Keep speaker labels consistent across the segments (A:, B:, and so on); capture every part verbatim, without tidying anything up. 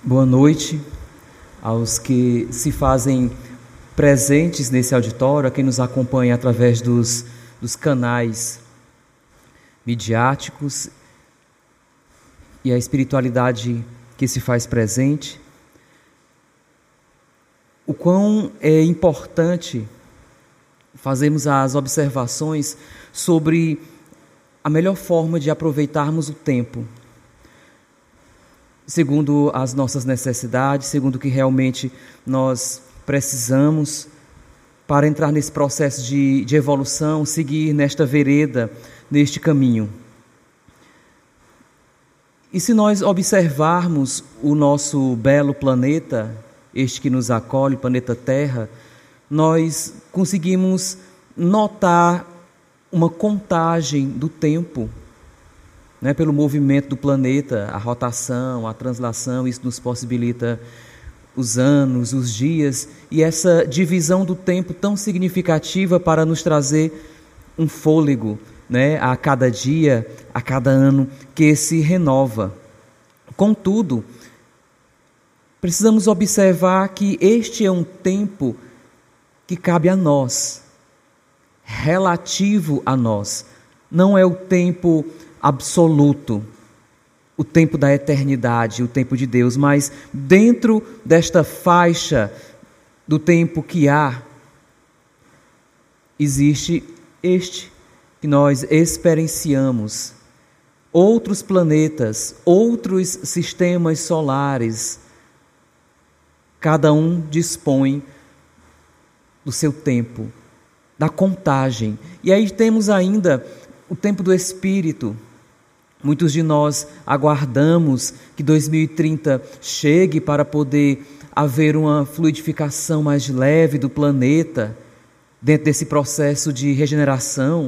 A: Boa noite aos que se fazem presentes nesse auditório, a quem nos acompanha através dos, dos canais midiáticos e a espiritualidade que se faz presente. O quão é importante fazermos as observações sobre a melhor forma de aproveitarmos o tempo, segundo as nossas necessidades, segundo o que realmente nós precisamos para entrar nesse processo de, de evolução, seguir nesta vereda, neste caminho. E se nós observarmos o nosso belo planeta, este que nos acolhe, o planeta Terra, nós conseguimos notar uma contagem do tempo, né, pelo movimento do planeta, a rotação, a translação. Isso nos possibilita os anos, os dias, e essa divisão do tempo tão significativa para nos trazer um fôlego, né, a cada dia, a cada ano, que se renova. Contudo, precisamos observar que este é um tempo que cabe a nós, relativo a nós. Não é o tempo absoluto, o tempo da eternidade, o tempo de Deus, mas dentro desta faixa do tempo que há, existe este que nós experienciamos, outros planetas, outros sistemas solares, cada um dispõe do seu tempo, da contagem. E aí temos ainda o tempo do Espírito. Muitos de nós aguardamos que dois mil e trinta chegue para poder haver uma fluidificação mais leve do planeta dentro desse processo de regeneração.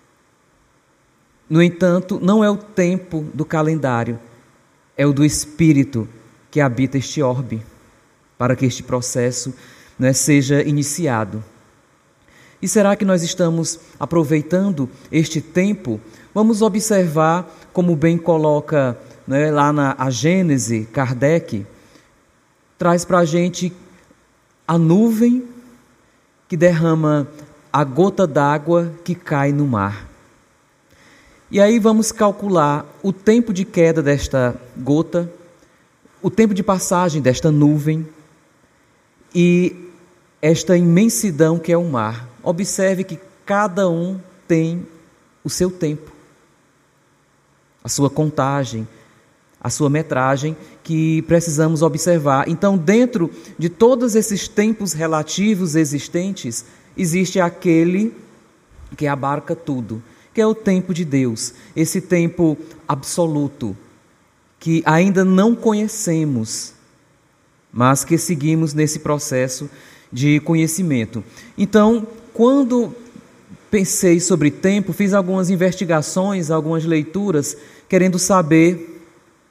A: No entanto, não é o tempo do calendário, é o do Espírito que habita este orbe, para que este processo, né, seja iniciado. E será que nós estamos aproveitando este tempo? Vamos observar, como bem coloca, né, lá na a Gênese, Kardec, traz para a gente a nuvem que derrama a gota d'água que cai no mar. E aí vamos calcular o tempo de queda desta gota, o tempo de passagem desta nuvem e esta imensidão que é o mar. Observe que cada um tem o seu tempo, a sua contagem, a sua metragem que precisamos observar. Então, dentro de todos esses tempos relativos existentes, existe aquele que abarca tudo, que é o tempo de Deus, esse tempo absoluto, que ainda não conhecemos, mas que seguimos nesse processo de conhecimento. Então, quando pensei sobre tempo, fiz algumas investigações, algumas leituras, querendo saber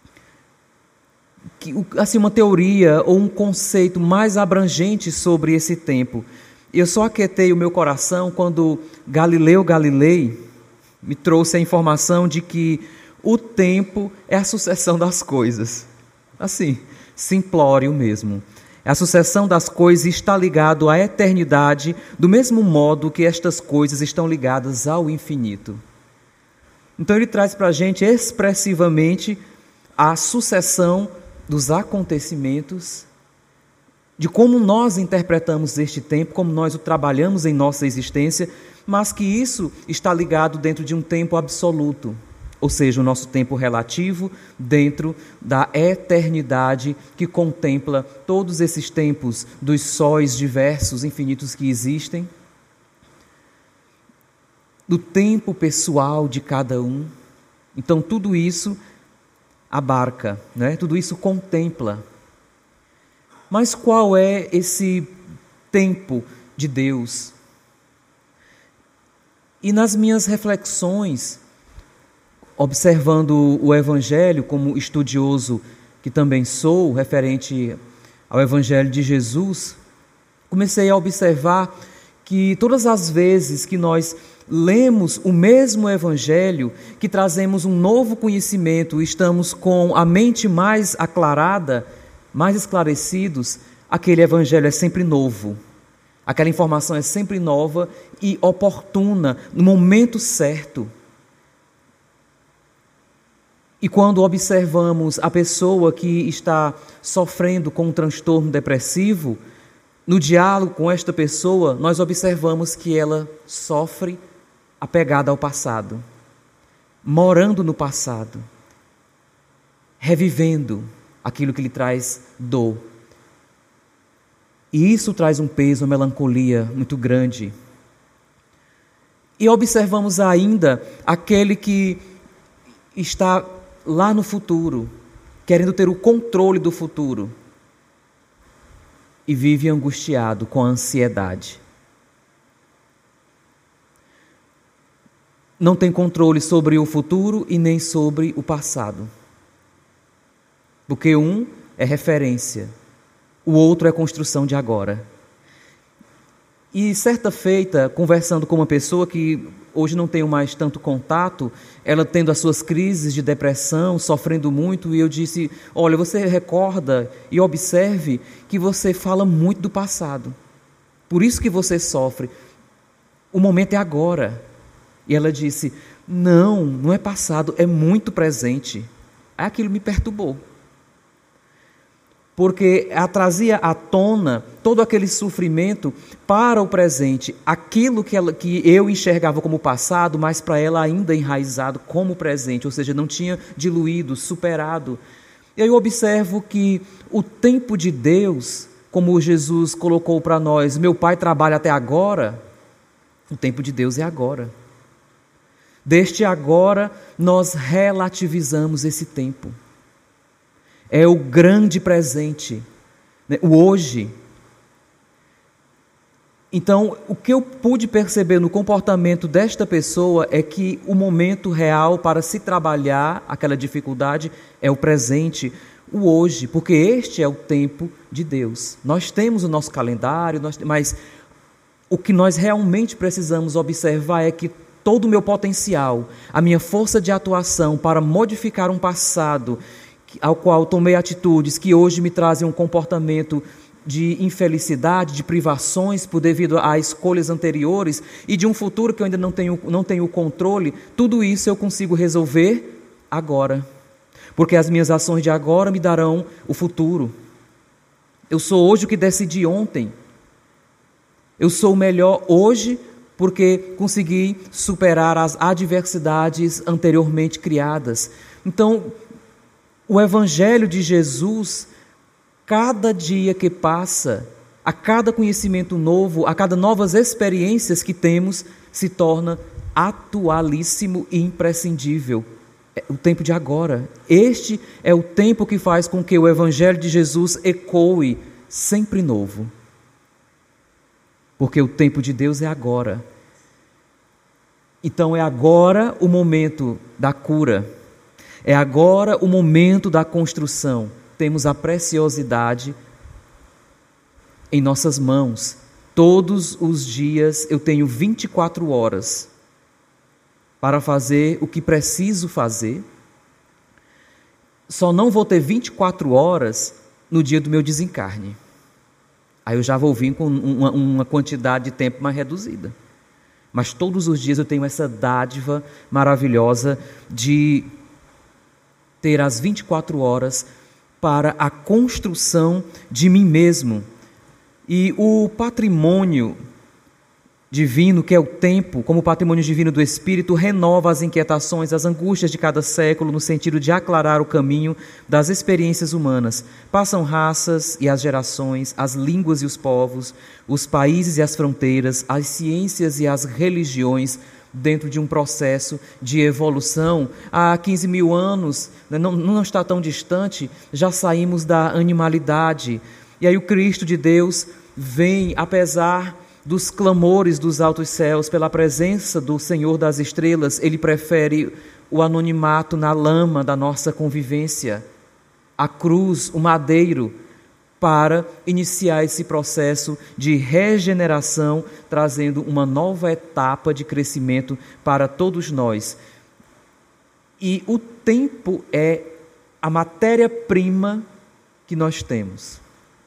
A: que, assim, uma teoria ou um conceito mais abrangente sobre esse tempo. Eu só aquietei o meu coração quando Galileu Galilei me trouxe a informação de que o tempo é a sucessão das coisas. Assim, simplório mesmo. A sucessão das coisas está ligado à eternidade, do mesmo modo que estas coisas estão ligadas ao infinito. Então ele traz para a gente expressivamente a sucessão dos acontecimentos, de como nós interpretamos este tempo, como nós o trabalhamos em nossa existência, mas que isso está ligado dentro de um tempo absoluto, ou seja, o nosso tempo relativo dentro da eternidade que contempla todos esses tempos dos sóis diversos, infinitos que existem, do tempo pessoal de cada um. Então tudo isso abarca, né? Tudo isso contempla. Mas qual é esse tempo de Deus? E nas minhas reflexões, observando o Evangelho como estudioso que também sou, referente ao Evangelho de Jesus, comecei a observar que todas as vezes que nós lemos o mesmo Evangelho, que trazemos um novo conhecimento, estamos com a mente mais aclarada, mais esclarecidos, aquele evangelho é sempre novo. Aquela informação é sempre nova e oportuna, no momento certo. E quando observamos a pessoa que está sofrendo com um transtorno depressivo, no diálogo com esta pessoa, nós observamos que ela sofre apegada ao passado, morando no passado, revivendo aquilo que lhe traz dor. E isso traz um peso, uma melancolia muito grande. E observamos ainda aquele que está lá no futuro, querendo ter o controle do futuro, e vive angustiado com a ansiedade. Não tem controle sobre o futuro e nem sobre o passado. Porque um é referência, o outro é construção de agora. E certa feita, conversando com uma pessoa que hoje não tenho mais tanto contato, ela tendo as suas crises de depressão, sofrendo muito, e eu disse, olha, você recorda e observe que você fala muito do passado. Por isso que você sofre. O momento é agora. E ela disse, não, não é passado, é muito presente. Aquilo me perturbou. Porque ela trazia à tona todo aquele sofrimento para o presente, aquilo que, ela, que eu enxergava como passado, mas para ela ainda enraizado como presente, ou seja, não tinha diluído, superado. E aí eu observo que o tempo de Deus, como Jesus colocou para nós, meu Pai trabalha até agora, o tempo de Deus é agora. Deste agora, nós relativizamos esse tempo. É o grande presente, né? O hoje. Então, o que eu pude perceber no comportamento desta pessoa é que o momento real para se trabalhar aquela dificuldade é o presente, o hoje, porque este é o tempo de Deus. Nós temos o nosso calendário, nós, mas o que nós realmente precisamos observar é que todo o meu potencial, a minha força de atuação para modificar um passado ao qual tomei atitudes que hoje me trazem um comportamento de infelicidade, de privações por devido a escolhas anteriores e de um futuro que eu ainda não tenho, não tenho controle, tudo isso eu consigo resolver agora. Porque as minhas ações de agora me darão o futuro. Eu sou hoje o que decidi ontem. Eu sou o melhor hoje porque consegui superar as adversidades anteriormente criadas. Então, o Evangelho de Jesus, cada dia que passa, a cada conhecimento novo, a cada novas experiências que temos, se torna atualíssimo e imprescindível. É o tempo de agora. Este é o tempo que faz com que o Evangelho de Jesus ecoe sempre novo. Porque o tempo de Deus é agora. Então é agora o momento da cura. É agora o momento da construção. Temos a preciosidade em nossas mãos. Todos os dias eu tenho vinte e quatro horas para fazer o que preciso fazer. Só não vou ter vinte e quatro horas no dia do meu desencarne. Aí eu já vou vir com uma, uma quantidade de tempo mais reduzida. Mas todos os dias eu tenho essa dádiva maravilhosa de ter as vinte e quatro horas para a construção de mim mesmo. E o patrimônio divino, que é o tempo, como patrimônio divino do Espírito, renova as inquietações, as angústias de cada século, no sentido de aclarar o caminho das experiências humanas. Passam raças e as gerações, as línguas e os povos, os países e as fronteiras, as ciências e as religiões, dentro de um processo de evolução. Há quinze mil anos, não, não está tão distante, já saímos da animalidade. E aí o Cristo de Deus vem, apesar dos clamores dos altos céus pela presença do Senhor das estrelas, ele prefere o anonimato na lama da nossa convivência, a cruz, o madeiro, para iniciar esse processo de regeneração, trazendo uma nova etapa de crescimento para todos nós. E o tempo é a matéria-prima que que nós temos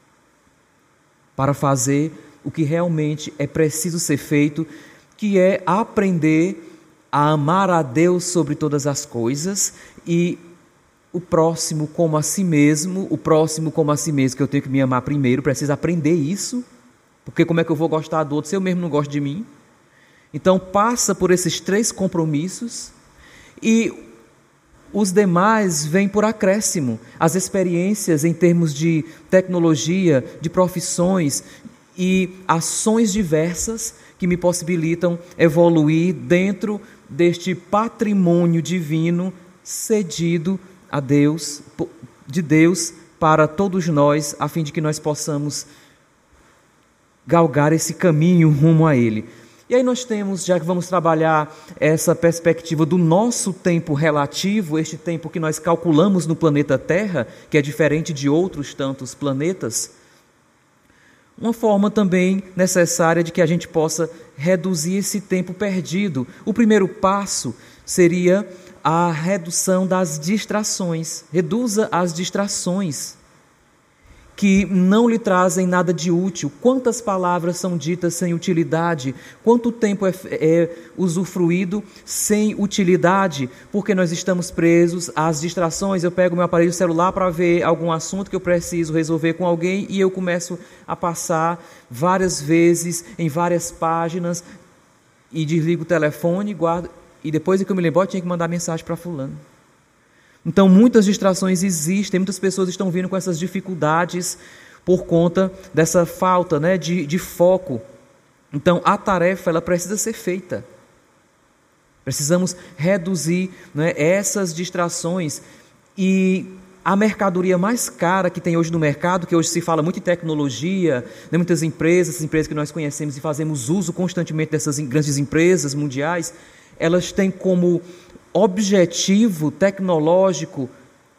A: para fazer o que realmente é preciso ser feito, que é aprender a amar a Deus sobre todas as coisas e o próximo como a si mesmo, o próximo como a si mesmo, que eu tenho que me amar primeiro, preciso aprender isso, porque como é que eu vou gostar do outro se eu mesmo não gosto de mim? Então passa por esses três compromissos e os demais vêm por acréscimo. As experiências em termos de tecnologia, de profissões e ações diversas que me possibilitam evoluir dentro deste patrimônio divino cedido a Deus, de Deus para todos nós, a fim de que nós possamos galgar esse caminho rumo a Ele. E aí nós temos, já que vamos trabalhar essa perspectiva do nosso tempo relativo, este tempo que nós calculamos no planeta Terra, que é diferente de outros tantos planetas, uma forma também necessária de que a gente possa reduzir esse tempo perdido. O primeiro passo seria a redução das distrações. Reduza as distrações que não lhe trazem nada de útil. Quantas palavras são ditas sem utilidade? Quanto tempo é, é usufruído sem utilidade? Porque nós estamos presos às distrações. Eu pego meu aparelho celular para ver algum assunto que eu preciso resolver com alguém e eu começo a passar várias vezes em várias páginas e desligo o telefone, guardo, e depois que eu me lembro, eu tinha que mandar mensagem para fulano. Então, muitas distrações existem, muitas pessoas estão vindo com essas dificuldades por conta dessa falta, né, de, de foco. Então, a tarefa ela precisa ser feita. Precisamos reduzir, né, essas distrações. E a mercadoria mais cara que tem hoje no mercado, que hoje se fala muito em tecnologia, né, muitas empresas, essas empresas que nós conhecemos e fazemos uso constantemente dessas grandes empresas mundiais, elas têm como objetivo tecnológico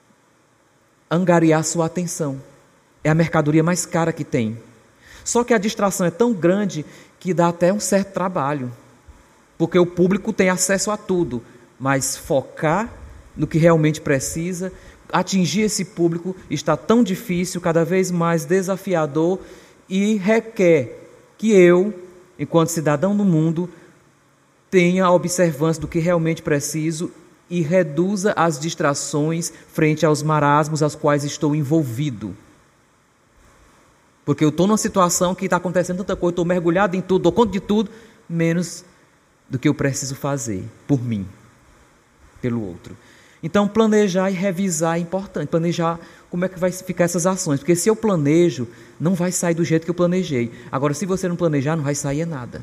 A: angariar sua atenção. É a mercadoria mais cara que tem. Só que a distração é tão grande que dá até um certo trabalho, porque o público tem acesso a tudo, mas focar no que realmente precisa, atingir esse público está tão difícil, cada vez mais desafiador e requer que eu, enquanto cidadão do mundo, tenha a observância do que realmente preciso e reduza as distrações frente aos marasmos aos quais estou envolvido. Porque eu estou numa situação que está acontecendo tanta coisa, estou mergulhado em tudo, dou conta de tudo, menos do que eu preciso fazer por mim, pelo outro. Então, planejar e revisar é importante. Planejar como é que vai ficar essas ações. Porque se eu planejo, não vai sair do jeito que eu planejei. Agora, se você não planejar, não vai sair nada.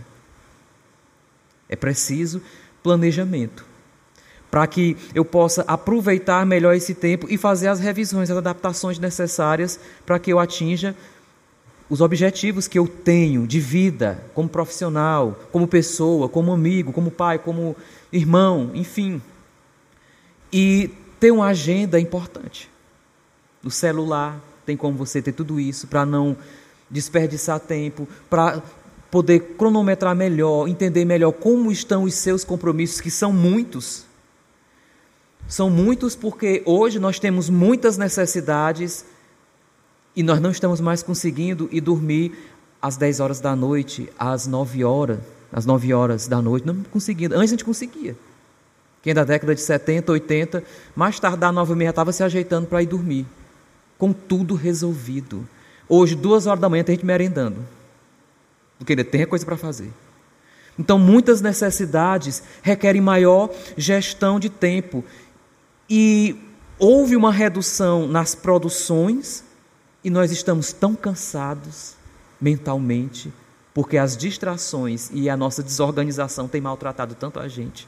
A: É preciso planejamento, para que eu possa aproveitar melhor esse tempo e fazer as revisões, as adaptações necessárias para que eu atinja os objetivos que eu tenho de vida, como profissional, como pessoa, como amigo, como pai, como irmão, enfim. E ter uma agenda importante. No celular tem como você ter tudo isso para não desperdiçar tempo, para poder cronometrar melhor, entender melhor como estão os seus compromissos, que são muitos. São muitos porque hoje nós temos muitas necessidades e nós não estamos mais conseguindo ir dormir às dez horas da noite, às nove horas, às nove horas da noite, não conseguindo. Antes a gente conseguia. Quem é da década de setenta, oitenta, mais tarde da nove e meia estava se ajeitando para ir dormir, com tudo resolvido. Hoje, duas horas da manhã, tem gente merendando, porque ainda tem coisa para fazer. Então, muitas necessidades requerem maior gestão de tempo. E houve uma redução nas produções e nós estamos tão cansados mentalmente, porque as distrações e a nossa desorganização têm maltratado tanto a gente.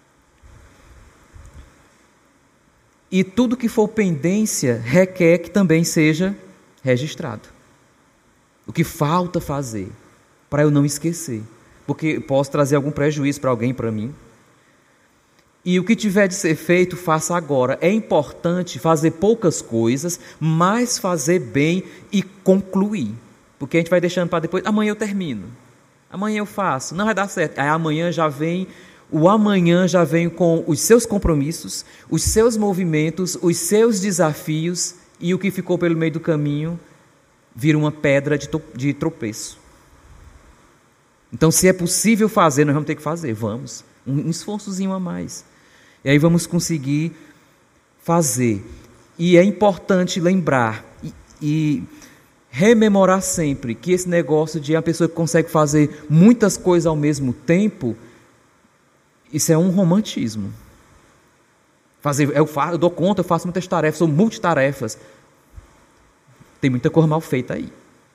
A: E tudo que for pendência requer que também seja registrado. O que falta fazer, para eu não esquecer, porque posso trazer algum prejuízo para alguém, para mim. E o que tiver de ser feito, faça agora. É importante fazer poucas coisas, mas fazer bem e concluir. Porque a gente vai deixando para depois, amanhã eu termino, amanhã eu faço, não vai dar certo. Aí amanhã já vem, o amanhã já vem com os seus compromissos, os seus movimentos, os seus desafios, e o que ficou pelo meio do caminho vira uma pedra de, de tropeço. Então, se é possível fazer, nós vamos ter que fazer, vamos. Um esforçozinho a mais. E aí vamos conseguir fazer. E é importante lembrar e, e rememorar sempre que esse negócio de a pessoa que consegue fazer muitas coisas ao mesmo tempo, isso é um romantismo. Fazer, eu, faço, eu dou conta, eu faço muitas tarefas, sou multitarefas. Tem muita coisa mal feita aí.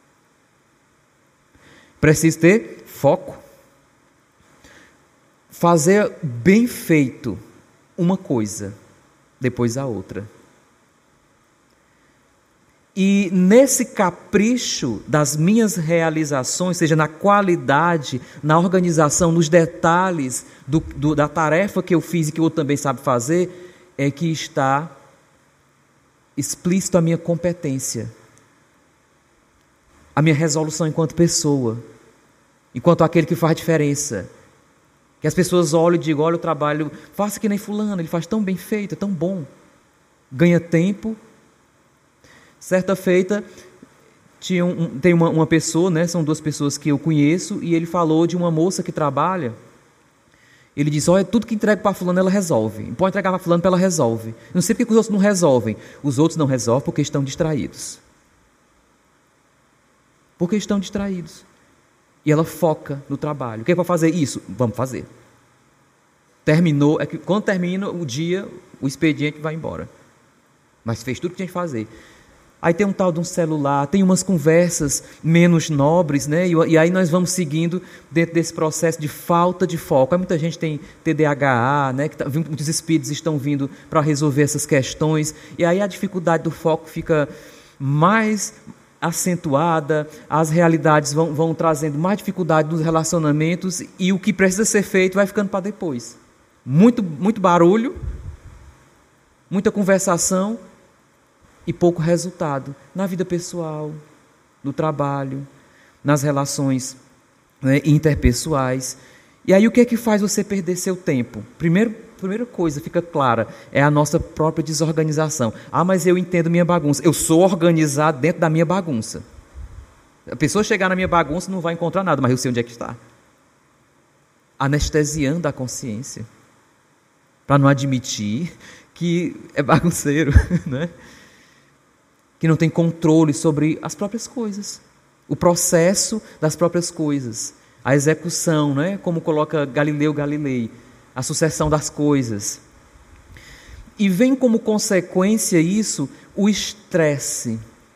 A: Preciso ter foco. Fazer bem feito uma coisa, depois a outra. E nesse capricho das minhas realizações, seja na qualidade, na organização, nos detalhes do, do, da tarefa que eu fiz e que o outro também sabe fazer, é que está explícito a minha competência, a minha resolução enquanto pessoa, enquanto aquele que faz diferença. Que as pessoas olham e digam, olha o trabalho, faça que nem fulano, ele faz tão bem feito, é tão bom. Ganha tempo. Certa feita, tinha um, tem uma, uma pessoa, né, são duas pessoas que eu conheço, e ele falou de uma moça que trabalha. Ele disse, olha, tudo que entrega para fulano ela resolve. Pode entregar para fulano, ela resolve. Não sei porque os outros não resolvem. Os outros não resolvem porque estão distraídos. Porque estão distraídos. E ela foca no trabalho. O que é para fazer isso? Vamos fazer. Terminou, é que quando termina o dia, o expediente vai embora. Mas fez tudo o que tinha que fazer. Aí tem um tal de um celular, tem umas conversas menos nobres, né? E, e aí nós vamos seguindo dentro desse processo de falta de foco. Aí muita gente tem T D A H A, né? Que tá, muitos espíritos estão vindo para resolver essas questões. E aí a dificuldade do foco fica mais acentuada, as realidades vão, vão trazendo mais dificuldade nos relacionamentos e o que precisa ser feito vai ficando para depois. Muito, muito barulho, muita conversação e pouco resultado na vida pessoal, no trabalho, nas relações, né, interpessoais. E aí o que é que faz você perder seu tempo? Primeiro, primeira coisa, fica clara, é a nossa própria desorganização. Ah, mas eu entendo minha bagunça. Eu sou organizado dentro da minha bagunça. A pessoa chegar na minha bagunça não vai encontrar nada, mas eu sei onde é que está. Anestesiando a consciência. Para não admitir que é bagunceiro, né? Que não tem controle sobre as próprias coisas. O processo das próprias coisas. A execução, né? Como coloca Galileu Galilei. A sucessão das coisas. E vem como consequência isso, o estresse.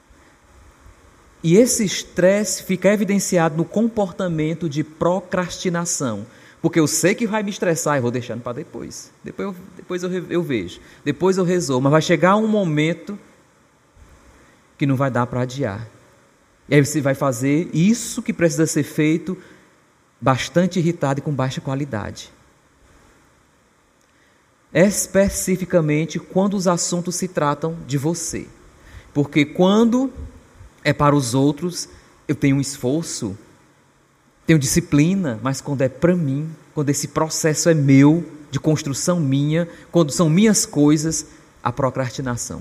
A: E esse estresse fica evidenciado no comportamento de procrastinação. Porque eu sei que vai me estressar e vou deixando para depois. Depois, eu, depois eu, eu vejo. Depois eu resolvo. Mas vai chegar um momento que não vai dar para adiar. E aí você vai fazer isso que precisa ser feito bastante irritado e com baixa qualidade. Especificamente quando os assuntos se tratam de você. Porque quando é para os outros, eu tenho um esforço, tenho disciplina, mas quando é para mim, quando esse processo é meu, de construção minha, quando são minhas coisas, a procrastinação.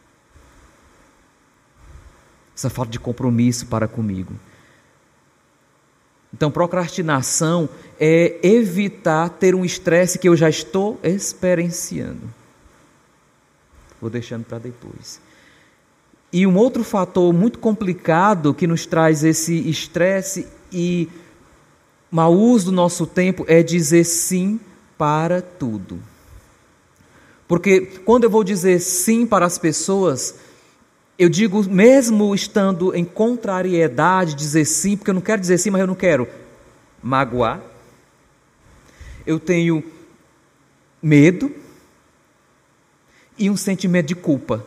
A: Essa falta de compromisso para comigo. Então, procrastinação é evitar ter um estresse que eu já estou experienciando. Vou deixando para depois. E um outro fator muito complicado que nos traz esse estresse e mau uso do nosso tempo é dizer sim para tudo. Porque quando eu vou dizer sim para as pessoas, eu digo, mesmo estando em contrariedade, dizer sim, porque eu não quero dizer sim, mas eu não quero magoar. Eu tenho medo e um sentimento de culpa.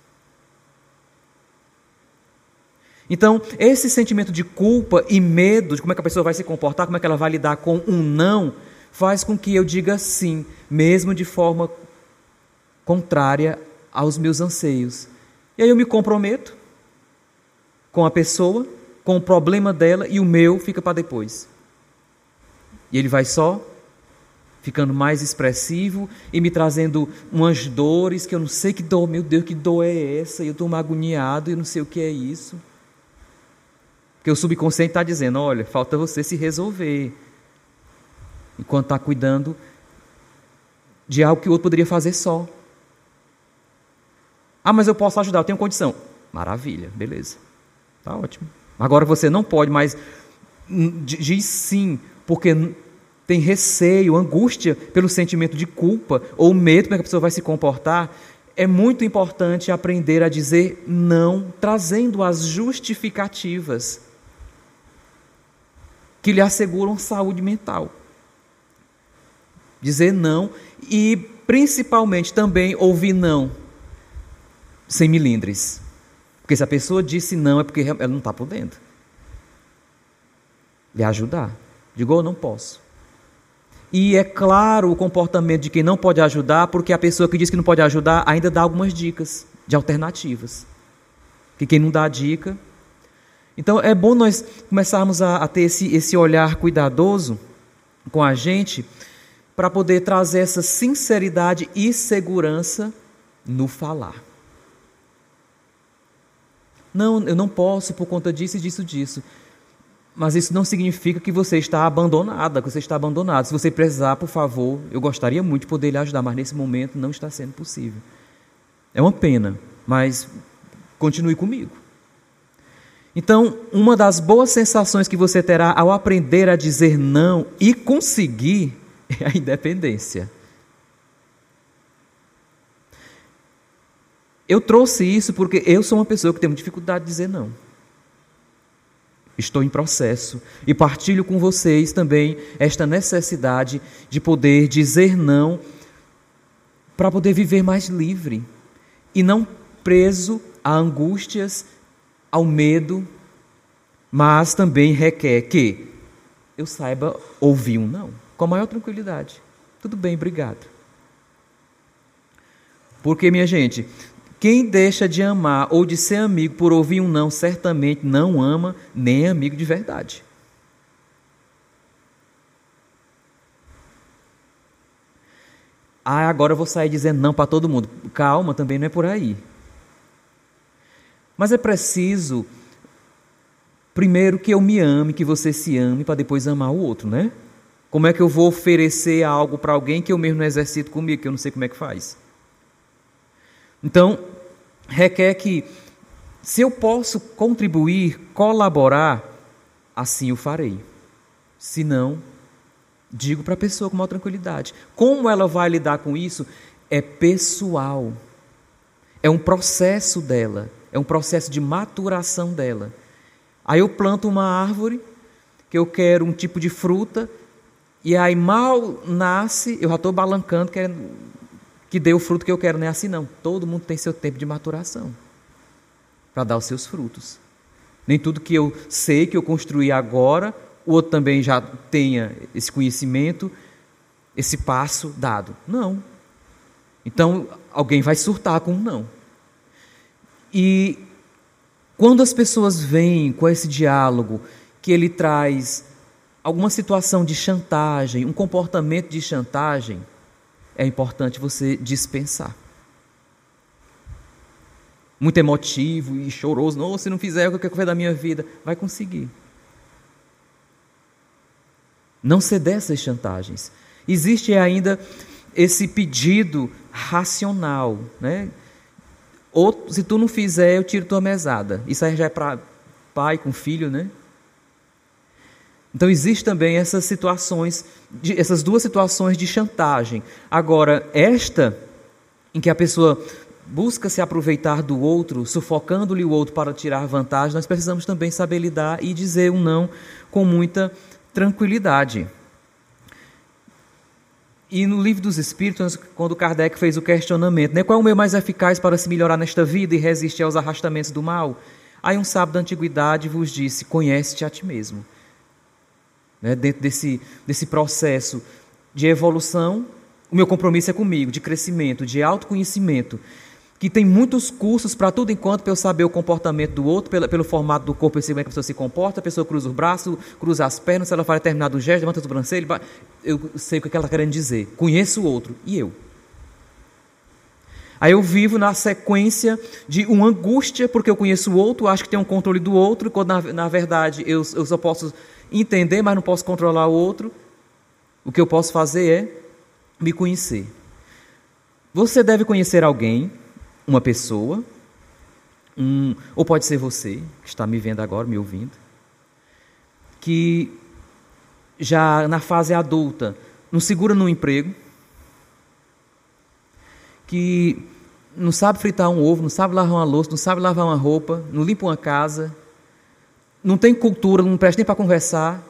A: Então, esse sentimento de culpa e medo de como é que a pessoa vai se comportar, como é que ela vai lidar com um não, faz com que eu diga sim, mesmo de forma contrária aos meus anseios. E aí eu me comprometo com a pessoa, com o problema dela, e o meu fica para depois. E ele vai só ficando mais expressivo e me trazendo umas dores que eu não sei que dor, meu Deus, que dor é essa? E eu estou agoniado e não sei o que é isso. Porque o subconsciente está dizendo, olha, falta você se resolver. Enquanto está cuidando de algo que o outro poderia fazer só. Ah, mas eu posso ajudar, eu tenho condição. Maravilha, beleza. Está ótimo. Agora você não pode, mas diz sim, porque tem receio, angústia pelo sentimento de culpa ou medo como é que a pessoa vai se comportar. É muito importante aprender a dizer não, trazendo as justificativas que lhe asseguram saúde mental. Dizer não e, principalmente, também ouvir não sem milindres. Porque se a pessoa disse não, é porque ela não está podendo. Lhe ajudar. Digo, eu não posso. E é claro o comportamento de quem não pode ajudar, porque a pessoa que diz que não pode ajudar ainda dá algumas dicas de alternativas. Que quem não dá a dica... Então é bom nós começarmos a, a ter esse, esse olhar cuidadoso com a gente, para poder trazer essa sinceridade e segurança no falar. Não, eu não posso por conta disso e disso, disso. Mas isso não significa que você está abandonada, que você está abandonado. Se você precisar, por favor, eu gostaria muito de poder lhe ajudar, mas nesse momento não está sendo possível. É uma pena, mas continue comigo. Então, uma das boas sensações que você terá ao aprender a dizer não e conseguir é a independência. Eu trouxe isso porque eu sou uma pessoa que tem dificuldade de dizer não. Estou em processo e partilho com vocês também esta necessidade de poder dizer não para poder viver mais livre e não preso a angústias, ao medo, mas também requer que eu saiba ouvir um não, com a maior tranquilidade. Tudo bem, obrigado. Porque, minha gente, quem deixa de amar ou de ser amigo por ouvir um não, certamente não ama nem é amigo de verdade. Ah, agora eu vou sair dizendo não para todo mundo. Calma, também não é por aí. Mas é preciso, primeiro, que eu me ame, que você se ame, para depois amar o outro, né? Como é que eu vou oferecer algo para alguém que eu mesmo não exercito comigo, que eu não sei como é que faz? Então, requer que, se eu posso contribuir, colaborar, assim o farei. Se não, digo para a pessoa com maior tranquilidade. Como ela vai lidar com isso? É pessoal. É um processo dela. É um processo de maturação dela. Aí eu planto uma árvore, que eu quero um tipo de fruta, e aí mal nasce, eu já estou balancando, querendo que dê o fruto que eu quero. Não é assim não. Todo mundo tem seu tempo de maturação para dar os seus frutos. Nem tudo que eu sei, que eu construí agora, o outro também já tenha esse conhecimento, esse passo dado. Não. Então, alguém vai surtar com um não. E quando as pessoas vêm com esse diálogo, que ele traz alguma situação de chantagem, um comportamento de chantagem, é importante você dispensar. Muito emotivo e choroso, não, se não fizer o que eu quero da minha vida, vai conseguir. Não ceder essas chantagens. Existe ainda esse pedido racional, né? Ou, se tu não fizer, eu tiro tua mesada. Isso aí já é para pai com filho, né? Então, existem também essas situações, de, essas duas situações de chantagem. Agora, esta, em que a pessoa busca se aproveitar do outro, sufocando-lhe o outro para tirar vantagem, nós precisamos também saber lidar e dizer um não com muita tranquilidade. E no Livro dos Espíritos, quando Kardec fez o questionamento, né, qual é o meio mais eficaz para se melhorar nesta vida e resistir aos arrastamentos do mal? Aí um sábio da antiguidade vos disse, conhece-te a ti mesmo. Né, dentro desse, desse processo de evolução, o meu compromisso é comigo, de crescimento, de autoconhecimento. que tem muitos cursos para tudo enquanto, para eu saber o comportamento do outro, pelo, pelo formato do corpo, eu sei como é que a pessoa se comporta, a pessoa cruza o braço, cruza as pernas, se ela faz determinado gesto, levanta a sobrancelha, eu sei o que ela está querendo dizer. Conheço o outro, e eu? Aí eu vivo na sequência de uma angústia, porque eu conheço o outro, acho que tenho um controle do outro, quando na, na verdade eu, eu só posso entender, mas não posso controlar o outro. O que eu posso fazer é me conhecer. Você deve conhecer alguém, uma pessoa, um, ou pode ser você, que está me vendo agora, me ouvindo, que já na fase adulta não segura no emprego, que não sabe fritar um ovo, não sabe lavar uma louça, não sabe lavar uma roupa, não limpa uma casa, não tem cultura, não presta nem para conversar.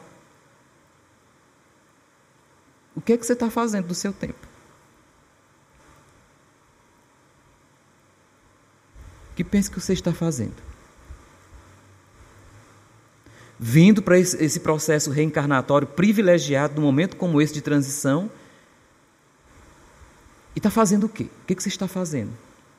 A: O que é que você está fazendo do seu tempo? O que pensa que você está fazendo? Vindo para esse, esse processo reencarnatório privilegiado, num momento como esse de transição, e está fazendo o quê? O que, que você está fazendo?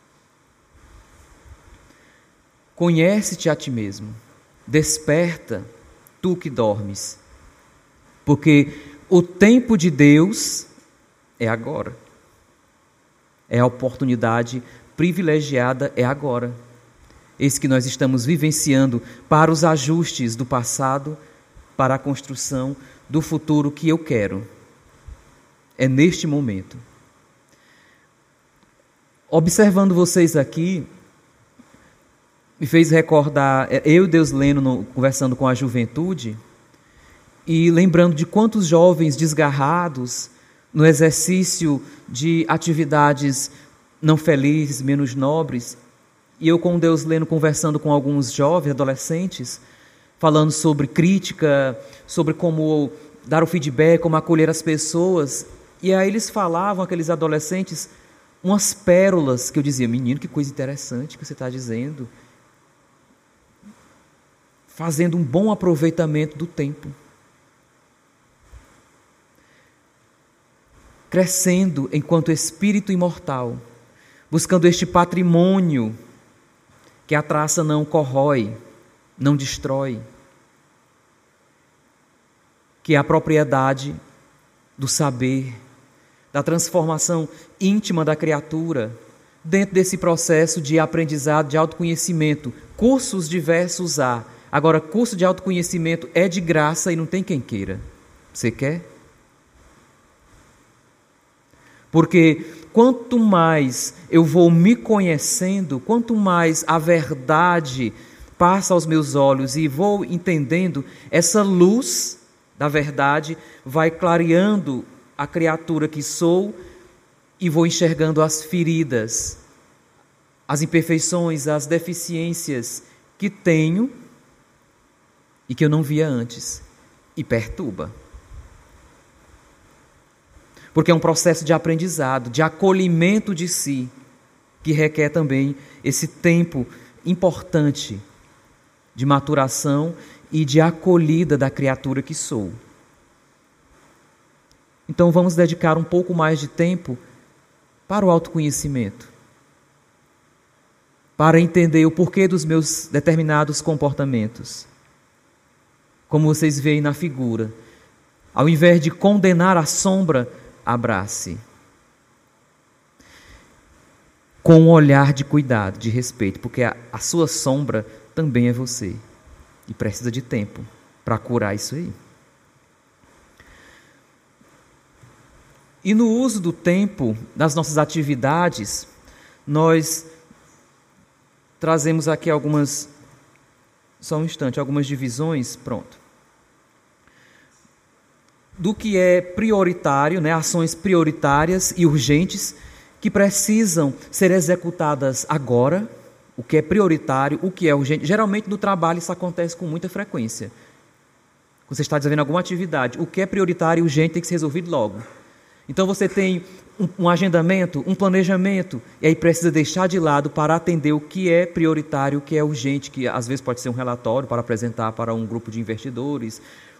A: Conhece-te a ti mesmo. Desperta, tu que dormes. Porque o tempo de Deus é agora. É a oportunidade privilegiada, é agora. Eis que nós estamos vivenciando para os ajustes do passado, para a construção do futuro que eu quero. É neste momento. Observando vocês aqui, me fez recordar, eu e Deus Leno no, conversando com a juventude, e lembrando de quantos jovens desgarrados no exercício de atividades não felizes, menos nobres, e eu com Deus Leno conversando com alguns jovens, adolescentes, falando sobre crítica, sobre como dar o feedback, como acolher as pessoas, e aí eles falavam, aqueles adolescentes, umas pérolas que eu dizia, menino, que coisa interessante que você está dizendo, fazendo um bom aproveitamento do tempo, crescendo enquanto espírito imortal, buscando este patrimônio que a traça não corrói, não destrói, que é a propriedade do saber, da transformação íntima da criatura, dentro desse processo de aprendizado, de autoconhecimento. Cursos diversos há. Agora, curso de autoconhecimento é de graça e não tem quem queira. Você quer? Porque quanto mais eu vou me conhecendo, quanto mais a verdade passa aos meus olhos e vou entendendo, essa luz da verdade vai clareando a criatura que sou e vou enxergando as feridas, as imperfeições, as deficiências que tenho e que eu não via antes, e perturba. Porque é um processo de aprendizado, de acolhimento de si, que requer também esse tempo importante de maturação e de acolhida da criatura que sou. Então vamos dedicar um pouco mais de tempo para o autoconhecimento, para entender o porquê dos meus determinados comportamentos. Como vocês veem na figura, ao invés de condenar a sombra, abrace. Com um olhar de cuidado, de respeito, porque a, a sua sombra também é você. E precisa de tempo para curar isso aí. E no uso do tempo, das nossas atividades, nós trazemos aqui algumas, só um instante, algumas divisões, pronto. Do que é prioritário, né, ações prioritárias e urgentes que precisam ser executadas agora, o que é prioritário, o que é urgente. Geralmente no trabalho isso acontece com muita frequência. Você está desenvolvendo alguma atividade, o que é prioritário e urgente tem que ser resolvido logo. Então você tem um, um agendamento, um planejamento, e aí precisa deixar de lado para atender o que é prioritário, o que é urgente, que às vezes pode ser um relatório para apresentar para um grupo de investidores,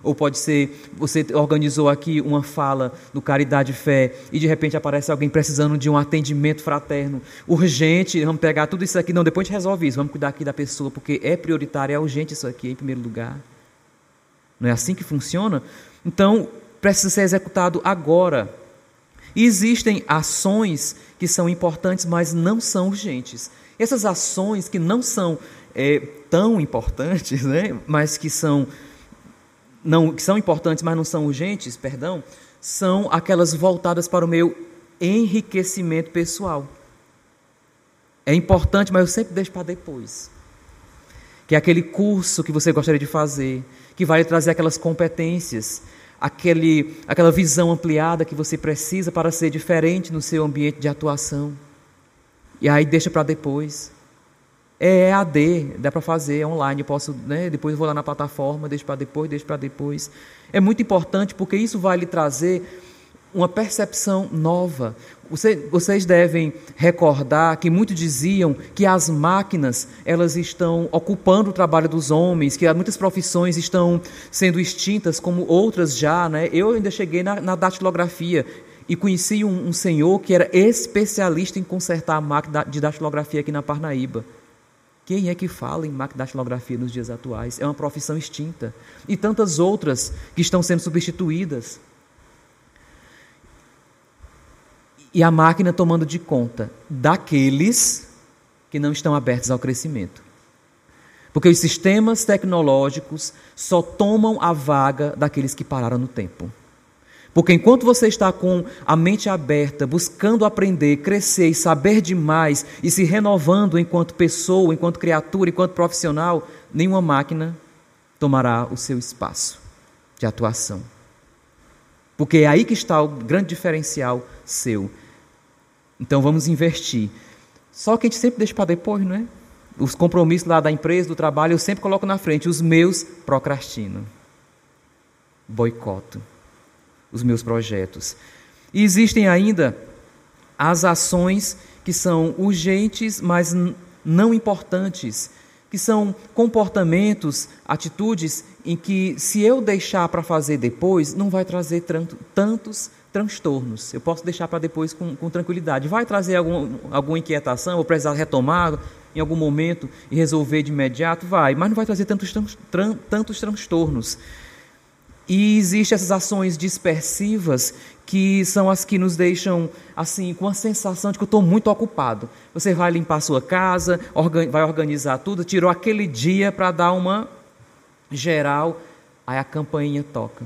A: Ou pode ser, você organizou aqui uma fala do Caridade e Fé e de repente aparece alguém precisando de um atendimento fraterno urgente, vamos pegar tudo isso aqui, não, depois a gente resolve isso, vamos cuidar aqui da pessoa, porque é prioritário, é urgente isso aqui em primeiro lugar. Não é assim que funciona? Então, precisa ser executado agora. E existem ações que são importantes, mas não são urgentes. Essas ações que não são é, tão importantes, né, mas que são... Não, que são importantes, mas não são urgentes, perdão, são aquelas voltadas para o meu enriquecimento pessoal. É importante, mas eu sempre deixo para depois. Que é aquele curso que você gostaria de fazer, que vai lhe trazer aquelas competências, aquele, aquela visão ampliada que você precisa para ser diferente no seu ambiente de atuação. E aí deixa para depois. É E A D, dá para fazer, é online, eu posso, né, depois eu vou lá na plataforma, deixo para depois, deixo para depois. É muito importante porque isso vai lhe trazer uma percepção nova. Você, vocês devem recordar que muitos diziam que as máquinas, elas estão ocupando o trabalho dos homens, que muitas profissões estão sendo extintas, como outras já, né? Eu ainda cheguei na, na datilografia e conheci um, um senhor que era especialista em consertar a máquina de datilografia aqui na Parnaíba. Quem é que fala em máquina de datilografia nos dias atuais? É uma profissão extinta. E tantas outras que estão sendo substituídas. E a máquina tomando de conta daqueles que não estão abertos ao crescimento. Porque os sistemas tecnológicos só tomam a vaga daqueles que pararam no tempo. Porque enquanto você está com a mente aberta, buscando aprender, crescer e saber demais, e se renovando enquanto pessoa, enquanto criatura, enquanto profissional, nenhuma máquina tomará o seu espaço de atuação. Porque é aí que está o grande diferencial seu. Então vamos investir. Só que a gente sempre deixa para depois, não é? Os compromissos lá da empresa, do trabalho, eu sempre coloco na frente. Os meus procrastino. Boicoto os meus projetos. E existem ainda as ações que são urgentes, mas não importantes, que são comportamentos, atitudes em que, se eu deixar para fazer depois, não vai trazer tanto, tantos transtornos. Eu posso deixar para depois com, com tranquilidade. Vai trazer algum, alguma inquietação, vou precisar retomar em algum momento e resolver de imediato? Vai, mas não vai trazer tantos, tran, tantos transtornos. E existem essas ações dispersivas que são as que nos deixam assim com a sensação de que eu estou muito ocupado. Você vai limpar a sua casa, organ- vai organizar tudo, tirou aquele dia para dar uma geral, aí a campainha toca.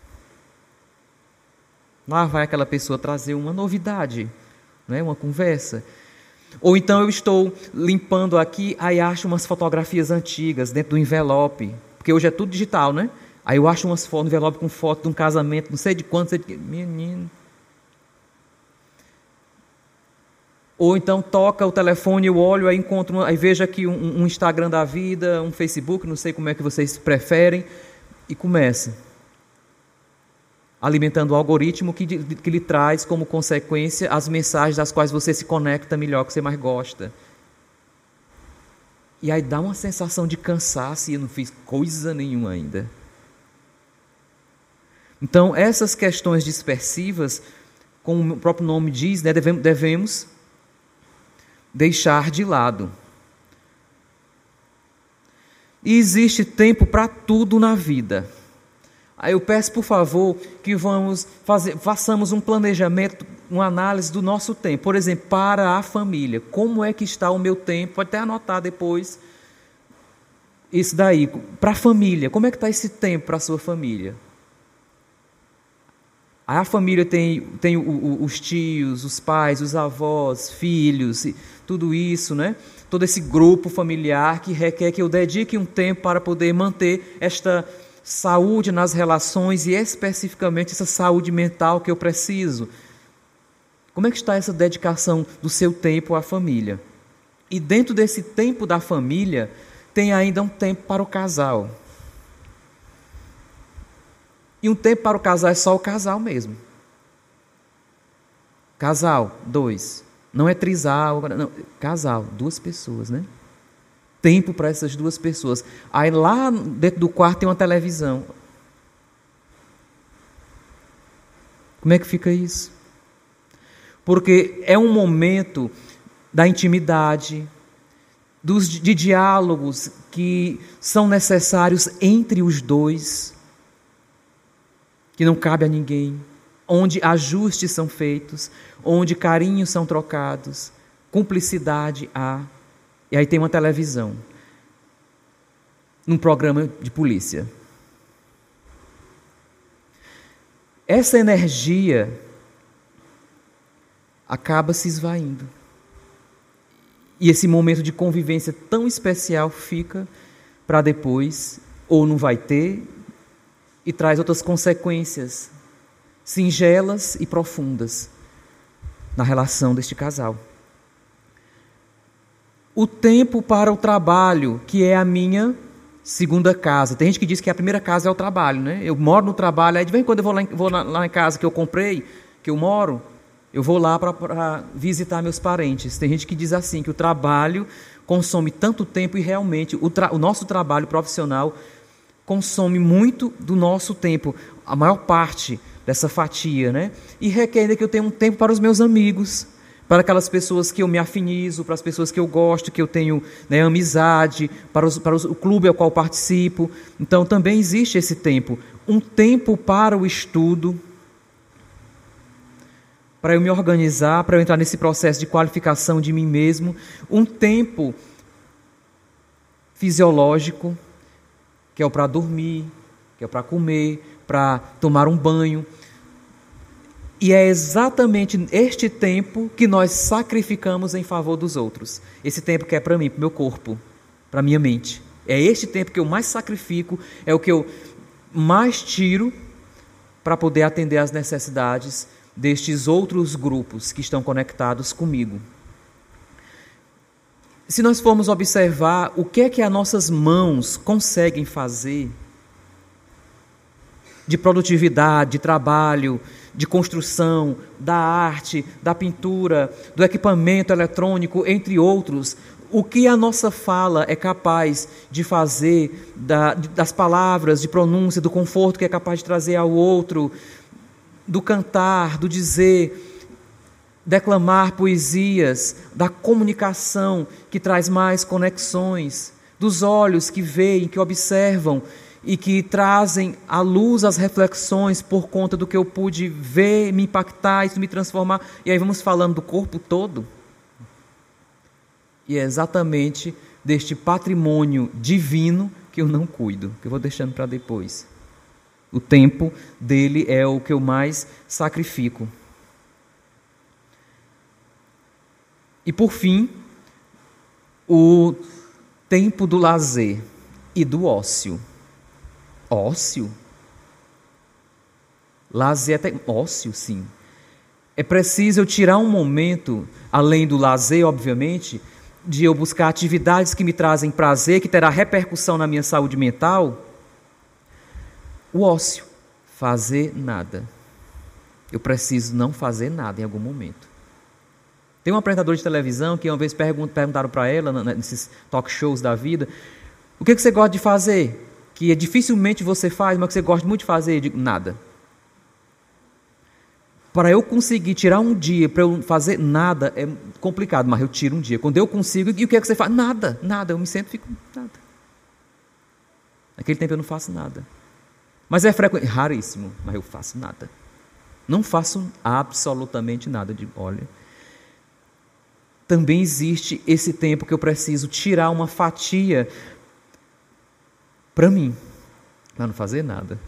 A: Lá vai aquela pessoa trazer uma novidade, né? Uma conversa. Ou então eu estou limpando aqui, aí acho umas fotografias antigas dentro do envelope, porque hoje é tudo digital, né? Aí eu acho umas fotos, um envelope com foto de um casamento, não sei de quanto, sei de que. Menino. Ou então toca o telefone, eu olho, aí encontro, uma, aí vejo aqui um, um Instagram da vida, um Facebook, não sei como é que vocês preferem, e começa. Alimentando o algoritmo que, que lhe traz como consequência as mensagens das quais você se conecta melhor, que você mais gosta. E aí dá uma sensação de cansaço e eu não fiz coisa nenhuma ainda. Então, essas questões dispersivas, como o próprio nome diz, né, devemos, devemos deixar de lado. E existe tempo para tudo na vida. Aí eu peço, por favor, que vamos fazer, façamos um planejamento, uma análise do nosso tempo. Por exemplo, para a família. Como é que está o meu tempo? Pode até anotar depois isso daí. Para a família, como é que está esse tempo para a sua família? Aí a família tem, tem o, o, os tios, os pais, os avós, filhos, tudo isso, né? Todo esse grupo familiar que requer que eu dedique um tempo para poder manter esta saúde nas relações e especificamente essa saúde mental que eu preciso. Como é que está essa dedicação do seu tempo à família? E dentro desse tempo da família, tem ainda um tempo para o casal. E um tempo para o casal é só o casal mesmo. Casal, dois. Não é trisal, não. Casal, duas pessoas, né? Tempo para essas duas pessoas. Aí lá dentro do quarto tem uma televisão. Como é que fica isso? Porque é um momento da intimidade, dos, de diálogos que são necessários entre os dois, que não cabe a ninguém, onde ajustes são feitos, onde carinhos são trocados, cumplicidade há. E aí tem uma televisão, num programa de polícia. Essa energia acaba se esvaindo. E esse momento de convivência tão especial fica para depois, ou não vai ter, e traz outras consequências singelas e profundas na relação deste casal. O tempo para o trabalho, que é a minha segunda casa. Tem gente que diz que a primeira casa é o trabalho, né? Eu moro no trabalho, aí de vez em quando eu vou lá em, vou lá em casa que eu comprei, que eu moro, eu vou lá para visitar meus parentes. Tem gente que diz assim, que o trabalho consome tanto tempo e realmente o, tra- o nosso trabalho profissional consome muito do nosso tempo, a maior parte dessa fatia, né? E requer ainda que eu tenha um tempo para os meus amigos, para aquelas pessoas que eu me afinizo, para as pessoas que eu gosto, que eu tenho, né, amizade, para, os, para os, o clube ao qual participo. Então também existe esse tempo. Um tempo para o estudo, para eu me organizar, para eu entrar nesse processo de qualificação de mim mesmo. Um tempo fisiológico, que é o para dormir, que é o para comer, para tomar um banho. E é exatamente este tempo que nós sacrificamos em favor dos outros. Esse tempo que é para mim, para o meu corpo, para a minha mente. É este tempo que eu mais sacrifico, é o que eu mais tiro para poder atender às necessidades destes outros grupos que estão conectados comigo. Se nós formos observar o que é que as nossas mãos conseguem fazer de produtividade, de trabalho, de construção, da arte, da pintura, do equipamento eletrônico, entre outros, o que a nossa fala é capaz de fazer, da, das palavras, de pronúncia, do conforto que é capaz de trazer ao outro, do cantar, do dizer, declamar poesias, da comunicação que traz mais conexões, dos olhos que veem, que observam, e que trazem à luz as reflexões por conta do que eu pude ver, me impactar, isso me transformar. E aí vamos falando do corpo todo. E é exatamente deste patrimônio divino que eu não cuido, que eu vou deixando para depois. O tempo dele é o que eu mais sacrifico. E por fim, o tempo do lazer e do ócio. Ócio? Lazer até... Ócio, sim. É preciso eu tirar um momento, além do lazer, obviamente, de eu buscar atividades que me trazem prazer, que terá repercussão na minha saúde mental. O ócio. Fazer nada. Eu preciso não fazer nada em algum momento. Tem um apresentador de televisão que uma vez perguntaram para ela, nesses talk shows da vida, o que você gosta de fazer? Que dificilmente você faz, mas que você gosta muito de fazer. Eu digo, nada. Para eu conseguir tirar um dia, para eu fazer nada, é complicado, mas eu tiro um dia. Quando eu consigo, e o que é que você faz? Nada, nada. Eu me sento e fico, nada. Naquele tempo eu não faço nada. Mas é frequente, raríssimo, mas eu faço nada. Não faço absolutamente nada. De, olha, também existe esse tempo que eu preciso tirar uma fatia para mim, para não fazer nada.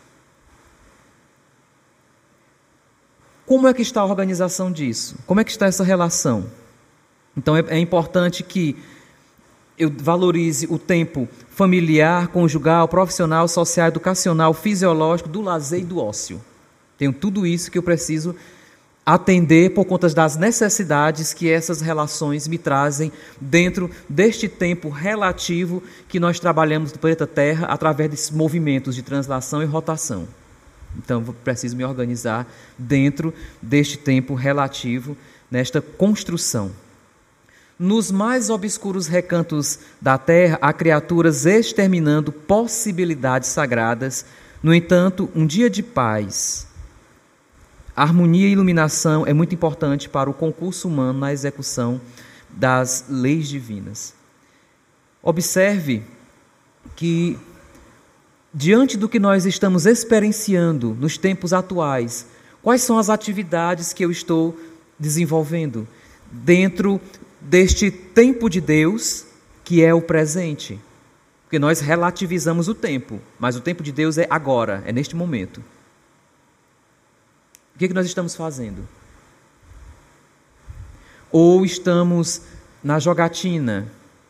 A: Como é que está a organização disso? Como é que está essa relação? Então é, é importante que eu valorize o tempo familiar, conjugal, profissional, social, educacional, fisiológico, do lazer e do ócio. Tenho tudo isso que eu preciso atender por conta das necessidades que essas relações me trazem dentro deste tempo relativo que nós trabalhamos no planeta Terra através desses movimentos de translação e rotação. Então, eu preciso me organizar dentro deste tempo relativo, nesta construção. Nos mais obscuros recantos da Terra, há criaturas exterminando possibilidades sagradas. No entanto, um dia de paz A harmonia e iluminação é muito importante para o concurso humano na execução das leis divinas. Observe que, diante do que nós estamos experienciando nos tempos atuais, quais são as atividades que eu estou desenvolvendo dentro deste tempo de Deus, que é o presente? Porque nós relativizamos o tempo, mas o tempo de Deus é agora, é neste momento. O que é que nós estamos fazendo? Ou estamos na jogatina,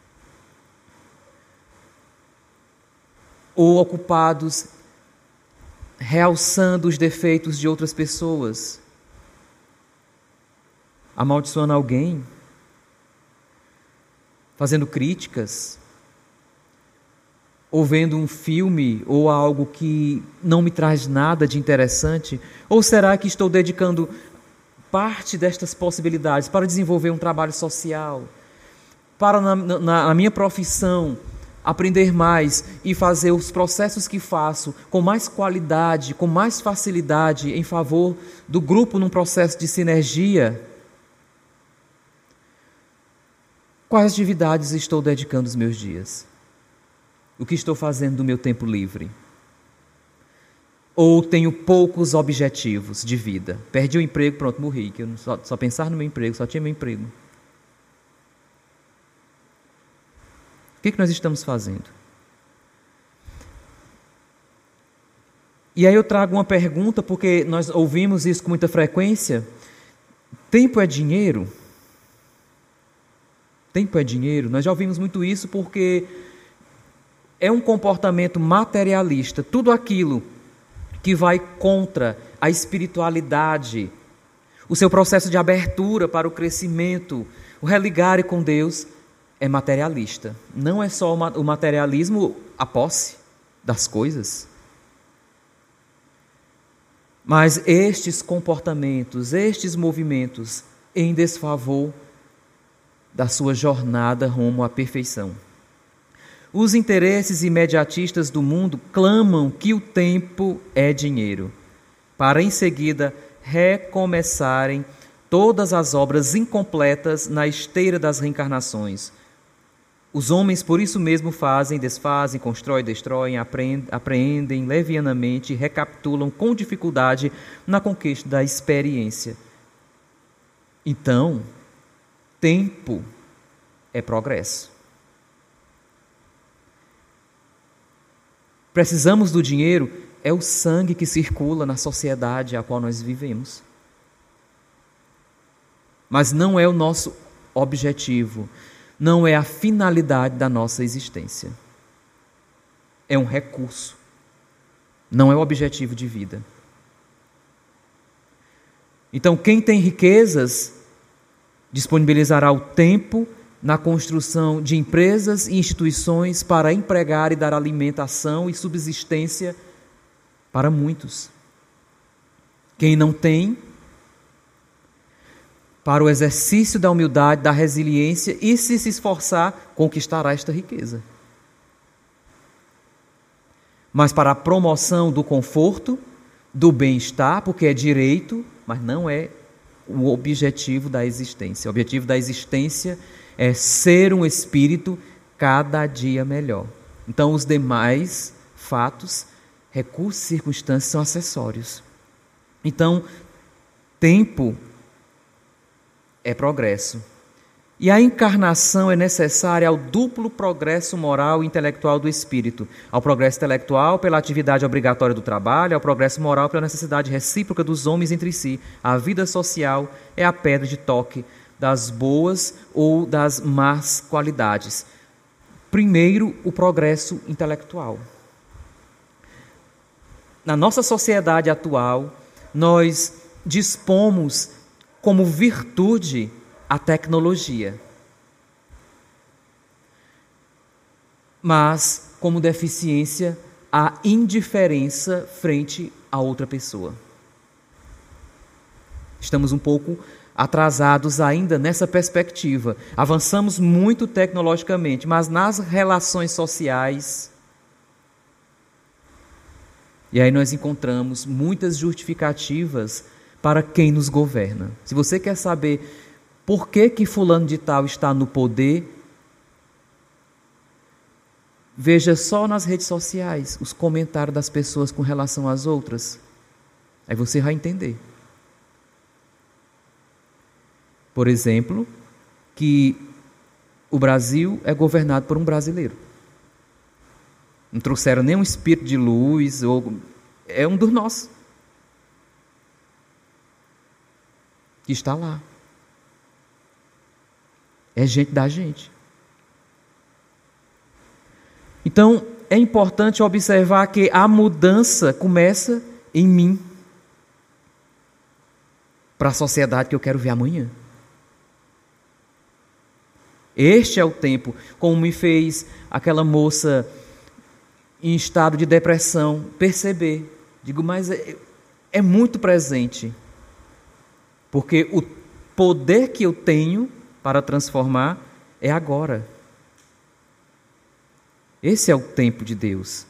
A: ou ocupados realçando os defeitos de outras pessoas, amaldiçoando alguém, fazendo críticas, ou vendo um filme ou algo que não me traz nada de interessante? Ou será que estou dedicando parte destas possibilidades para desenvolver um trabalho social, para na, na, na minha profissão aprender mais e fazer os processos que faço com mais qualidade, com mais facilidade em favor do grupo num processo de sinergia? Quais atividades estou dedicando os meus dias? O que estou fazendo do meu tempo livre? Ou tenho poucos objetivos de vida? Perdi o emprego, pronto, morri. Que eu só, só pensar no meu emprego, só tinha meu emprego. O que, é que nós estamos fazendo? E aí eu trago uma pergunta, porque nós ouvimos isso com muita frequência. Tempo é dinheiro? Tempo é dinheiro? Nós já ouvimos muito isso porque é um comportamento materialista. Tudo aquilo que vai contra a espiritualidade, o seu processo de abertura para o crescimento, o religar com Deus, é materialista. Não é só o materialismo, a posse das coisas. Mas estes comportamentos, estes movimentos em desfavor da sua jornada rumo à perfeição. Os interesses imediatistas do mundo clamam que o tempo é dinheiro, para em seguida recomeçarem todas as obras incompletas na esteira das reencarnações. Os homens por isso mesmo fazem, desfazem, constroem, destroem, apreendem levianamente e recapitulam com dificuldade na conquista da experiência. Então, tempo é progresso. Precisamos do dinheiro, é o sangue que circula na sociedade a qual nós vivemos. Mas não é o nosso objetivo, não é a finalidade da nossa existência. É um recurso, não é o objetivo de vida. Então, quem tem riquezas disponibilizará o tempo na construção de empresas e instituições para empregar e dar alimentação e subsistência para muitos. Quem não tem, para o exercício da humildade, da resiliência e, se se esforçar, conquistará esta riqueza. Mas para a promoção do conforto, do bem-estar, porque é direito, mas não é o objetivo da existência. O objetivo da existência é ser um espírito cada dia melhor. Então, os demais fatos, recursos e circunstâncias são acessórios. Então, tempo é progresso. E a encarnação é necessária ao duplo progresso moral e intelectual do espírito. Ao progresso intelectual pela atividade obrigatória do trabalho, ao progresso moral pela necessidade recíproca dos homens entre si. A vida social é a pedra de toque das boas ou das más qualidades. Primeiro, o progresso intelectual. Na nossa sociedade atual, nós dispomos como virtude a tecnologia, mas como deficiência a indiferença frente a outra pessoa. Estamos um pouco atrasados ainda nessa perspectiva. Avançamos muito tecnologicamente, mas nas relações sociais, e aí nós encontramos muitas justificativas para quem nos governa. Se você quer saber por que que fulano de tal está no poder, veja só nas redes sociais os comentários das pessoas com relação às outras. Aí você vai entender. Por exemplo, que o Brasil é governado por um brasileiro. Não trouxeram nenhum espírito de luz, ou é um dos nossos que está lá. É gente da gente. Então, é importante observar que a mudança começa em mim, para a sociedade que eu quero ver amanhã. Este é o tempo, como me fez aquela moça em estado de depressão perceber. Digo, mas é, é muito presente, porque o poder que eu tenho para transformar é agora. Esse é o tempo de Deus.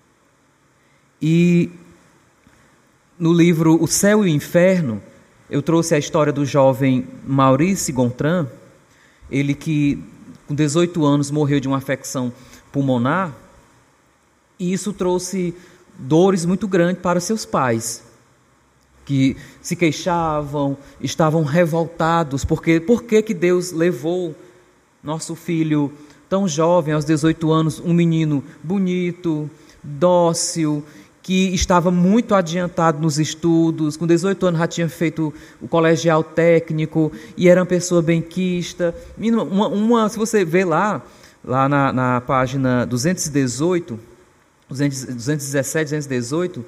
A: E no livro O Céu e o Inferno, eu trouxe a história do jovem Maurice Gontran, ele que com dezoito anos morreu de uma afecção pulmonar, e isso trouxe dores muito grandes para seus pais, que se queixavam, estavam revoltados, porque por que que Deus levou nosso filho tão jovem, aos dezoito anos, um menino bonito, dócil, que estava muito adiantado nos estudos, com dezoito anos já tinha feito o colegial técnico e era uma pessoa benquista. Uma, uma, se você vê lá, lá na, na página duzentos e dezoito, duzentos e dezessete, duzentos e dezoito,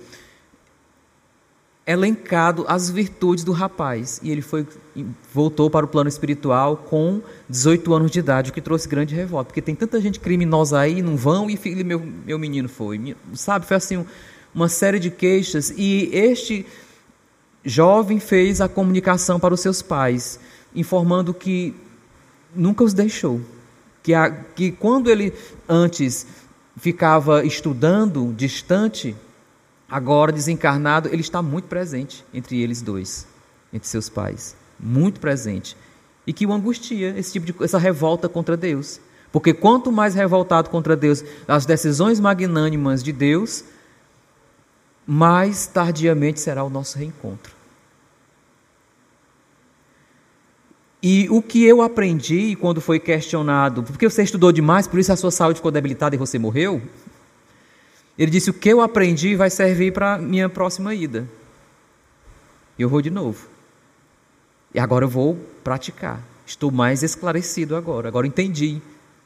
A: elencado as virtudes do rapaz. E ele foi, voltou para o plano espiritual com dezoito anos de idade, o que trouxe grande revolta, porque tem tanta gente criminosa aí, não vão, e filho, meu, meu menino foi. Sabe, foi assim, um, uma série de queixas, e este jovem fez a comunicação para os seus pais, informando que nunca os deixou, que, a, que quando ele antes ficava estudando distante, agora desencarnado, ele está muito presente entre eles dois, entre seus pais, muito presente, e que o angustia, esse tipo de, essa revolta contra Deus, porque quanto mais revoltado contra Deus, as decisões magnânimas de Deus, mais tardiamente será o nosso reencontro. E o que eu aprendi quando foi questionado, porque você estudou demais, por isso a sua saúde ficou debilitada e você morreu? Ele disse, o que eu aprendi vai servir para a minha próxima ida. Eu vou de novo. E agora eu vou praticar. Estou mais esclarecido agora, agora entendi.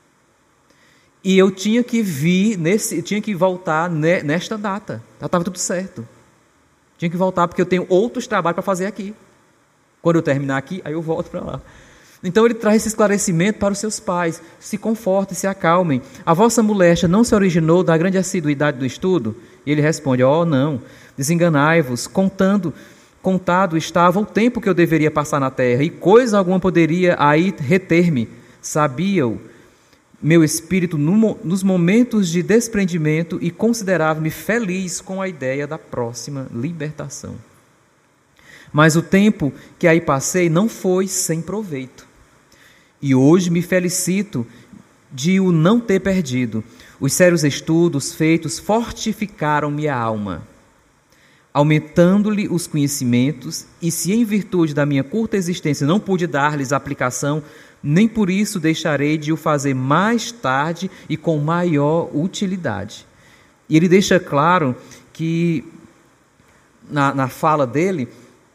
A: E eu tinha que vir, nesse, tinha que voltar nesta data. Já estava tudo certo. Tinha que voltar porque eu tenho outros trabalhos para fazer aqui. Quando eu terminar aqui, aí eu volto para lá. Então ele traz esse esclarecimento para os seus pais. Se confortem, se acalmem. A vossa moléstia não se originou da grande assiduidade do estudo? E ele responde, ó, oh, não. Desenganai-vos, contando, contado estava o tempo que eu deveria passar na terra, e coisa alguma poderia aí reter-me. Sabia-o meu espírito no, nos momentos de desprendimento e considerava-me feliz com a ideia da próxima libertação. Mas o tempo que aí passei não foi sem proveito. E hoje me felicito de o não ter perdido. Os sérios estudos feitos fortificaram minha alma, aumentando-lhe os conhecimentos, e se em virtude da minha curta existência não pude dar-lhes aplicação, nem por isso deixarei de o fazer mais tarde e com maior utilidade. E ele deixa claro que, na, na fala dele,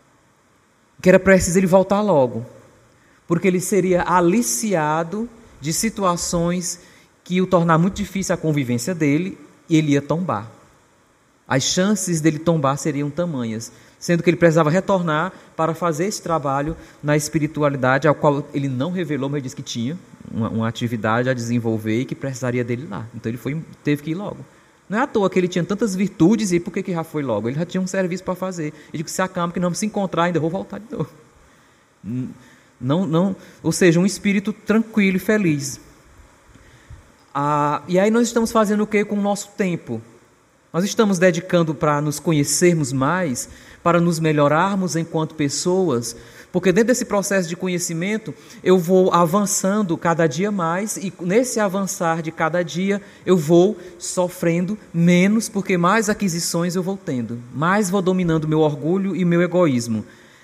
A: que era preciso ele voltar logo, porque ele seria aliciado de situações que iam tornar muito difícil a convivência dele, e ele ia tombar. As chances dele tombar seriam tamanhas, sendo que ele precisava retornar para fazer esse trabalho na espiritualidade, ao qual ele não revelou, mas disse que tinha uma, uma atividade a desenvolver e que precisaria dele lá. Então ele foi, teve que ir logo. Não é à toa que ele tinha tantas virtudes, e por que, que já foi logo? Ele já tinha um serviço para fazer. Ele disse, se acalma que não vamos se encontrar, ainda vou voltar de novo. Não, não, ou seja, um espírito tranquilo e feliz. Ah, e aí nós estamos fazendo o que com o nosso tempo? Nós estamos dedicando para nos conhecermos mais, para nos melhorarmos enquanto pessoas, porque dentro desse processo de conhecimento eu vou avançando cada dia mais e nesse avançar de cada dia eu vou sofrendo menos, porque mais aquisições eu vou tendo, mais vou dominando o meu orgulho e o meu egoísmo.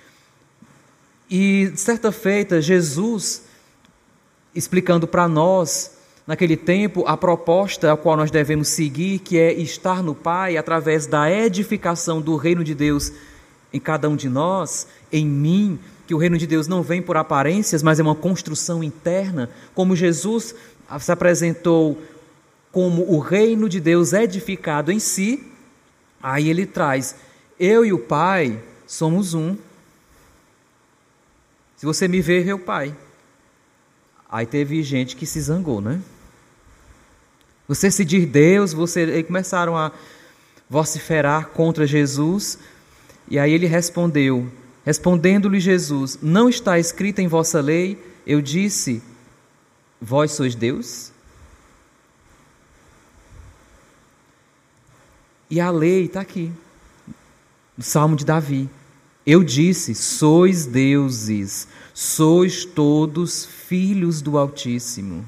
A: E certa feita, Jesus, explicando para nós, naquele tempo, a proposta a qual nós devemos seguir, que é estar no Pai através da edificação do reino de Deus em cada um de nós, em mim, que o reino de Deus não vem por aparências, mas é uma construção interna, como Jesus se apresentou como o reino de Deus edificado em si, aí ele traz, eu e o Pai somos um. Se você me ver, vê o Pai. Aí teve gente que se zangou, né? Você se diz Deus, você... Aí começaram a vociferar contra Jesus, e aí ele respondeu, respondendo-lhe Jesus, não está escrito em vossa lei, eu disse, vós sois Deus? E a lei está aqui, no Salmo de Davi. Eu disse, sois deuses, sois todos filhos do Altíssimo.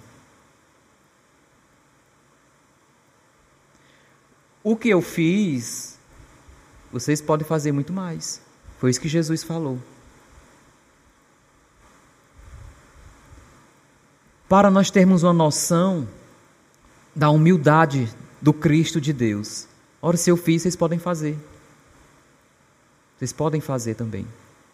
A: O que eu fiz, vocês podem fazer muito mais. Foi isso que Jesus falou. Para nós termos uma noção da humildade do Cristo de Deus. Ora, se eu fiz, vocês podem fazer. Vocês podem fazer também.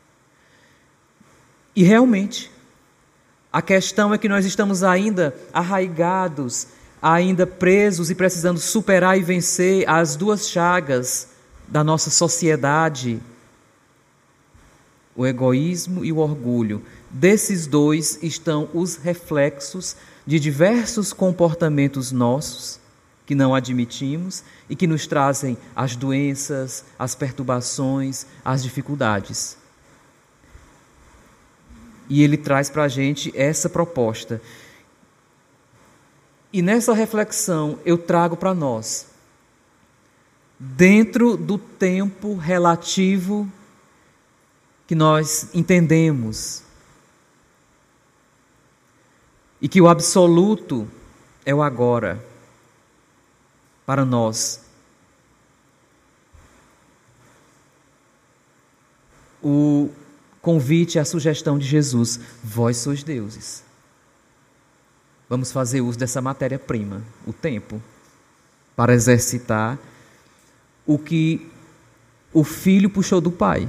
A: E realmente, a questão é que nós estamos ainda arraigados, ainda presos e precisando superar e vencer as duas chagas da nossa sociedade, o egoísmo e o orgulho. Desses dois estão os reflexos de diversos comportamentos nossos, que não admitimos e que nos trazem as doenças, as perturbações, as dificuldades. E ele traz para a gente essa proposta. E nessa reflexão eu trago para nós, dentro do tempo relativo que nós entendemos, e que o absoluto é o agora, para nós. O convite, a sugestão de Jesus, vós sois deuses. Vamos fazer uso dessa matéria-prima, o tempo, para exercitar o que o filho puxou do pai.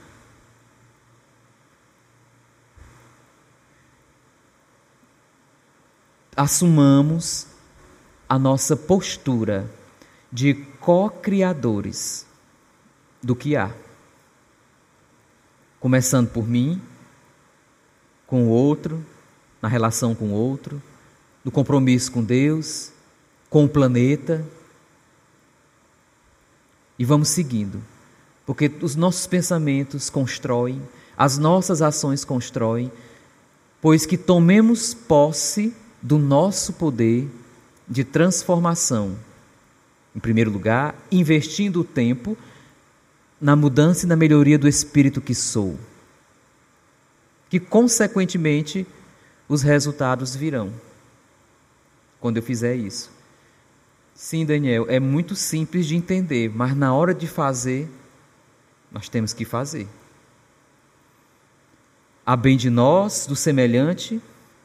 A: Assumamos a nossa postura de co-criadores do que há. Começando por mim, com o outro, na relação com o outro, no compromisso com Deus, com o planeta. E vamos seguindo, porque os nossos pensamentos constroem, as nossas ações constroem, pois que tomemos posse do nosso poder de transformação. Em primeiro lugar, investindo o tempo na mudança e na melhoria do espírito que sou, que consequentemente os resultados virão quando eu fizer isso. Sim, Daniel, é muito simples de entender, mas na hora de fazer, nós temos que fazer. A bem de nós, do semelhante,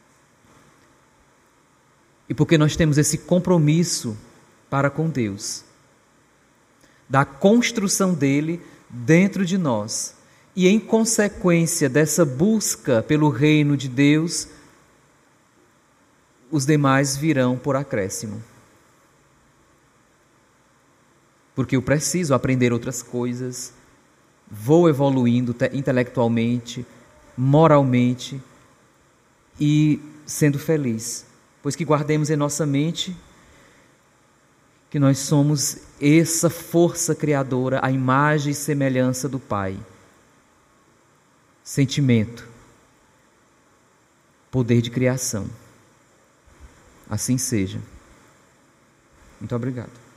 A: e porque nós temos esse compromisso para com Deus, da construção dele dentro de nós, e em consequência dessa busca pelo reino de Deus, os demais virão por acréscimo. Porque eu preciso aprender outras coisas, vou evoluindo intelectualmente, moralmente e sendo feliz. Pois que guardemos em nossa mente que nós somos essa força criadora, a imagem e semelhança do Pai. Sentimento, poder de criação. Assim seja. Muito obrigado.